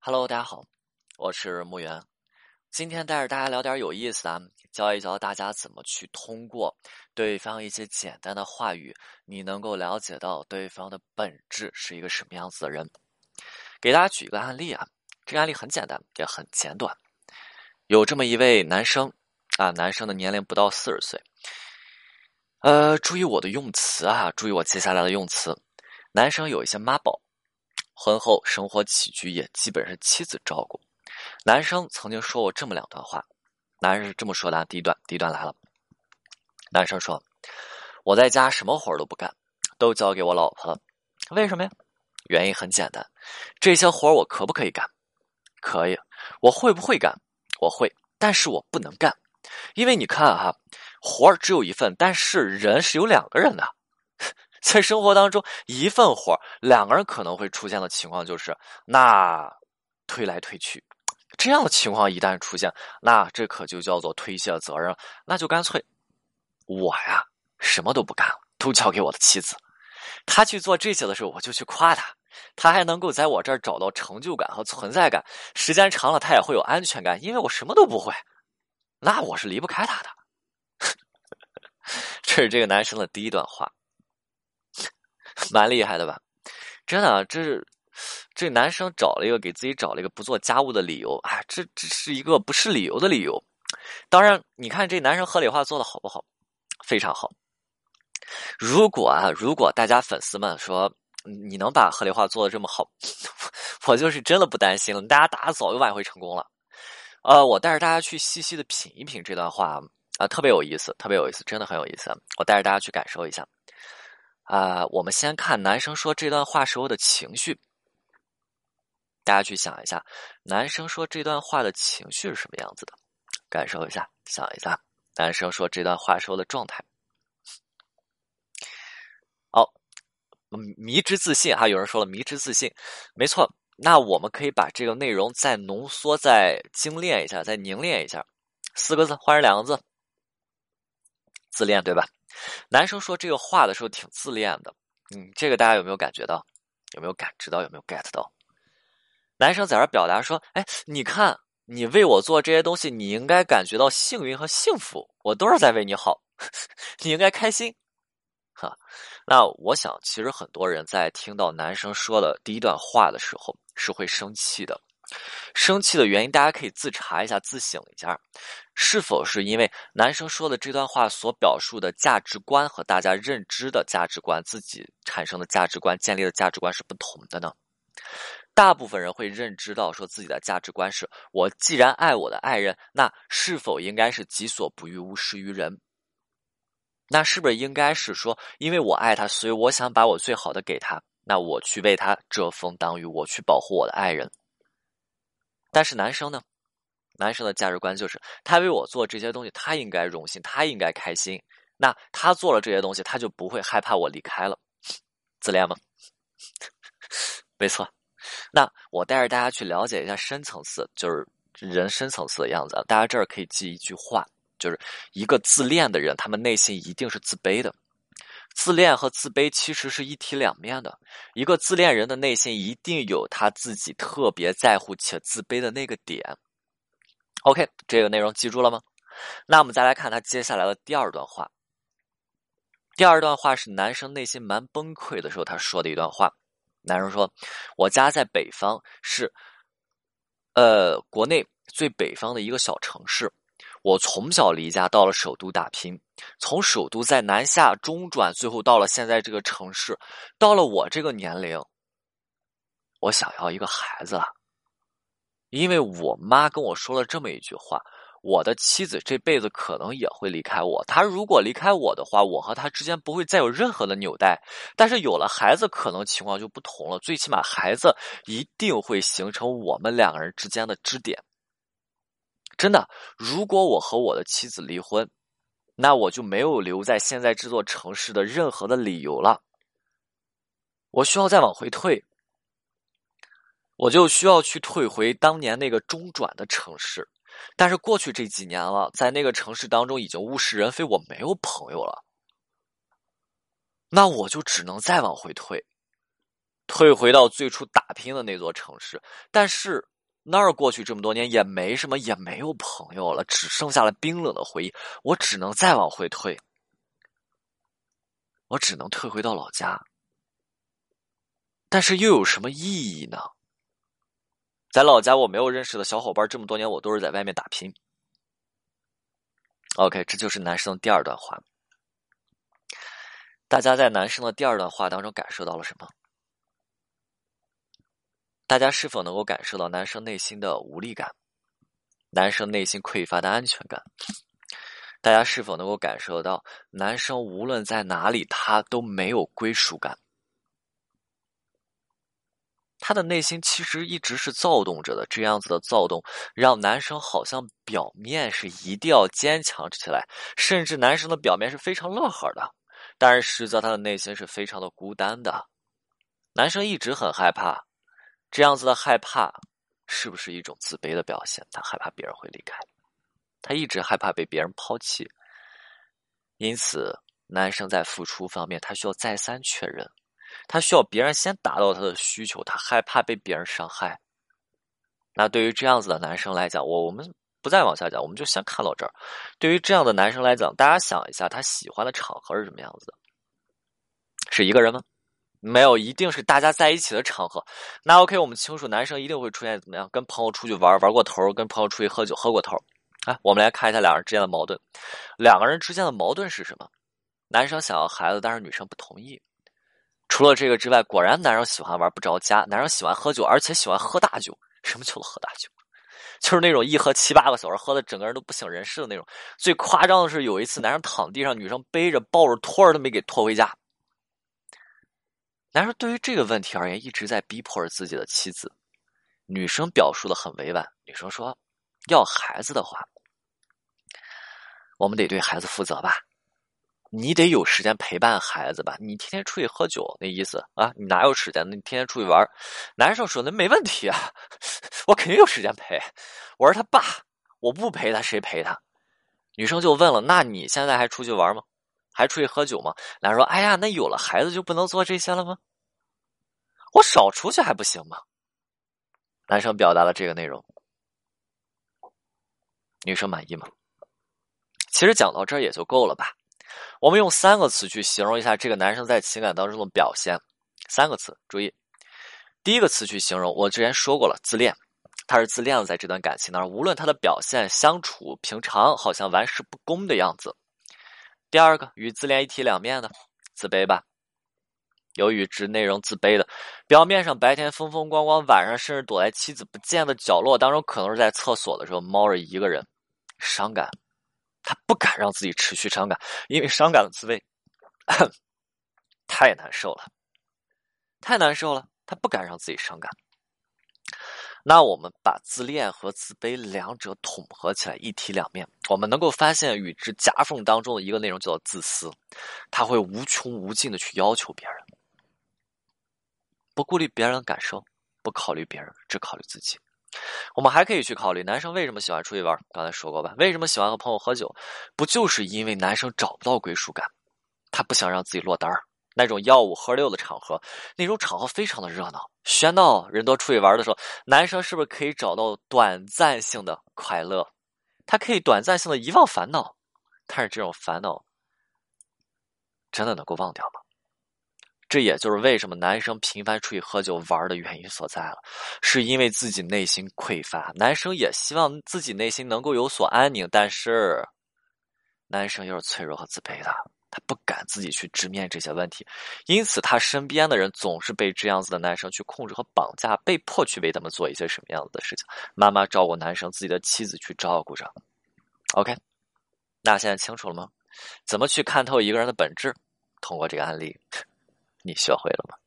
Hello，大家好，我是木源。今天带着大家聊点有意思的，教一教大家怎么去通过对方一些简单的话语，你能够了解到对方的本质是一个什么样子的人。给大家举一个案例啊，这个案例很简单，也很简短。有这么一位男生啊，男生的年龄不到40岁。注意我的用词啊，注意我接下来的用词。男生有一些妈宝，婚后生活起居也基本是妻子照顾。男生曾经说过这么两段话，男人是这么说的，第一段来了。男生说：我在家什么活都不干，都交给我老婆了。为什么呀？原因很简单，这些活我可不可以干？可以。我会不会干？我会，但是我不能干。因为你看哈，活只有一份，但是人是有两个人的。在生活当中，一份活两个人可能会出现的情况就是，那推来推去，这样的情况一旦出现，那这可就叫做推卸责任。那就干脆我呀什么都不干了，都交给我的妻子。他去做这些的时候，我就去夸他，他还能够在我这儿找到成就感和存在感。时间长了，他也会有安全感，因为我什么都不会，那我是离不开他的。这是这个男生的第一段话，蛮厉害的吧？真的，这男生给自己找了一个不做家务的理由啊，这是一个不是理由的理由。当然，你看这男生合理化做的好不好？非常好。如果大家粉丝们说你能把合理化做的这么好，我就是真的不担心了。大家早就挽回成功了。我带着大家去细细的品一品这段话啊，特别有意思，特别有意思，真的很有意思。我带着大家去感受一下。我们先看男生说这段话时候的情绪。大家去想一下，男生说这段话的情绪是什么样子的？感受一下，想一下，男生说这段话时候的状态。迷之自信哈，有人说了迷之自信，没错。那我们可以把这个内容再浓缩、再精炼一下、再凝练一下。4个字换成2个字，自恋，对吧？男生说这个话的时候挺自恋的，这个大家有没有感觉到？有没有感知到？有没有 get 到？男生在这表达说：哎，你看，你为我做这些东西，你应该感觉到幸运和幸福，我都是在为你好，你应该开心。那我想，其实很多人在听到男生说的第一段话的时候是会生气的。生气的原因，大家可以自查一下、自省一下，是否是因为男生说的这段话所表述的价值观和大家认知的价值观、自己产生的价值观、建立的价值观是不同的呢？大部分人会认知到说自己的价值观是：我既然爱我的爱人，那是否应该是己所不欲，勿施于人？那是不是应该是说，因为我爱他，所以我想把我最好的给他，那我去为他遮风挡雨，我去保护我的爱人。但是男生呢？男生的价值观就是，他为我做这些东西，他应该荣幸，他应该开心。那他做了这些东西，他就不会害怕我离开了。自恋吗？没错。那我带着大家去了解一下深层次，就是人深层次的样子。大家这儿可以记一句话，就是一个自恋的人，他们内心一定是自卑的。自恋和自卑其实是一体两面的。一个自恋人的内心一定有他自己特别在乎且自卑的那个点。OK， 这个内容记住了吗？那我们再来看他接下来的第二段话。第二段话是男生内心蛮崩溃的时候他说的一段话。男生说：我家在北方，是国内最北方的一个小城市。我从小离家到了首都打拼，从首都在南下中转，最后到了现在这个城市。到了我这个年龄，我想要一个孩子了。因为我妈跟我说了这么一句话：我的妻子这辈子可能也会离开我，她如果离开我的话，我和她之间不会再有任何的纽带。但是有了孩子，可能情况就不同了，最起码孩子一定会形成我们两个人之间的支点。真的，如果我和我的妻子离婚，那我就没有留在现在这座城市的任何的理由了。我需要再往回退，我就需要去退回当年那个中转的城市。但是过去这几年了，在那个城市当中已经物是人非，我没有朋友了。那我就只能再往回退，退回到最初打拼的那座城市。但是那儿过去这么多年也没什么，也没有朋友了，只剩下了冰冷的回忆。我只能再往回退，我只能退回到老家。但是又有什么意义呢？在老家我没有认识的小伙伴，这么多年我都是在外面打拼。OK， 这就是男生的第二段话。大家在男生的第二段话当中感受到了什么？大家是否能够感受到男生内心的无力感，男生内心匮乏的安全感？大家是否能够感受到男生无论在哪里他都没有归属感？他的内心其实一直是躁动着的，这样子的躁动让男生好像表面是一定要坚强起来，甚至男生的表面是非常乐呵的，但是实则他的内心是非常的孤单的。男生一直很害怕，这样子的害怕是不是一种自卑的表现？他害怕别人会离开，他一直害怕被别人抛弃，因此男生在付出方面他需要再三确认，他需要别人先达到他的需求，他害怕被别人伤害。那对于这样子的男生来讲，我们不再往下讲，我们就先看到这儿。对于这样的男生来讲，大家想一下他喜欢的场合是什么样子的？是一个人吗？没有，一定是大家在一起的场合。那 OK， 我们清楚男生一定会出现怎么样？跟朋友出去玩过头，跟朋友出去喝酒喝过头。我们来看一下两人之间的矛盾。两个人之间的矛盾是什么？男生想要孩子，但是女生不同意。除了这个之外，果然男生喜欢玩不着家，男生喜欢喝酒，而且喜欢喝大酒。什么叫做喝大酒？就是那种一喝7、8个小时，喝的整个人都不省人事的那种。最夸张的是有一次男生躺地上，女生背着抱着拖着都没给拖回家。男生对于这个问题而言一直在逼迫着自己的妻子。女生表述的很委婉，女生说要孩子的话我们得对孩子负责吧，你得有时间陪伴孩子吧，你天天出去喝酒那意思啊，你哪有时间？你天天出去玩。男生说那没问题啊，我肯定有时间陪，我是他爸，我不陪他谁陪他？女生就问了，那你现在还出去玩吗？还出去喝酒吗？男生说哎呀，那有了孩子就不能做这些了吗？我少出去还不行吗？男生表达了这个内容，女生满意吗？其实讲到这儿也就够了吧。我们用3个词去形容一下这个男生在情感当中的表现。3个词，注意。第一个词去形容，我之前说过了，自恋。他是自恋的，在这段感情当中，无论他的表现、相处、平常，好像玩世不恭的样子。第二个，与自恋一体两面的，自卑吧。有与之内容自卑的，表面上白天风风光光，晚上甚至躲在妻子不见的角落当中，可能是在厕所的时候猫着一个人，伤感。他不敢让自己持续伤感，因为伤感的滋味太难受了，太难受了，他不敢让自己伤感。那我们把自恋和自卑两者统合起来，一体两面，我们能够发现与之夹缝当中的一个内容叫做自私，他会无穷无尽的去要求别人，不顾虑别人的感受，不考虑别人，只考虑自己。我们还可以去考虑男生为什么喜欢出去玩，刚才说过吧，为什么喜欢和朋友喝酒，不就是因为男生找不到归属感，他不想让自己落单儿。那种吆五喝六的场合，那种场合非常的热闹喧闹，人多出去玩的时候，男生是不是可以找到短暂性的快乐？他可以短暂性的遗忘烦恼，但是这种烦恼真的能够忘掉吗？这也就是为什么男生频繁出去喝酒玩的原因所在了，是因为自己内心匮乏。男生也希望自己内心能够有所安宁，但是男生又是脆弱和自卑的，他不敢自己去直面这些问题，因此他身边的人总是被这样子的男生去控制和绑架，被迫去为他们做一些什么样子的事情。妈妈照顾男生，自己的妻子去照顾着。OK， 那现在清楚了吗？怎么去看透一个人的本质？通过这个案例，你学会了吗？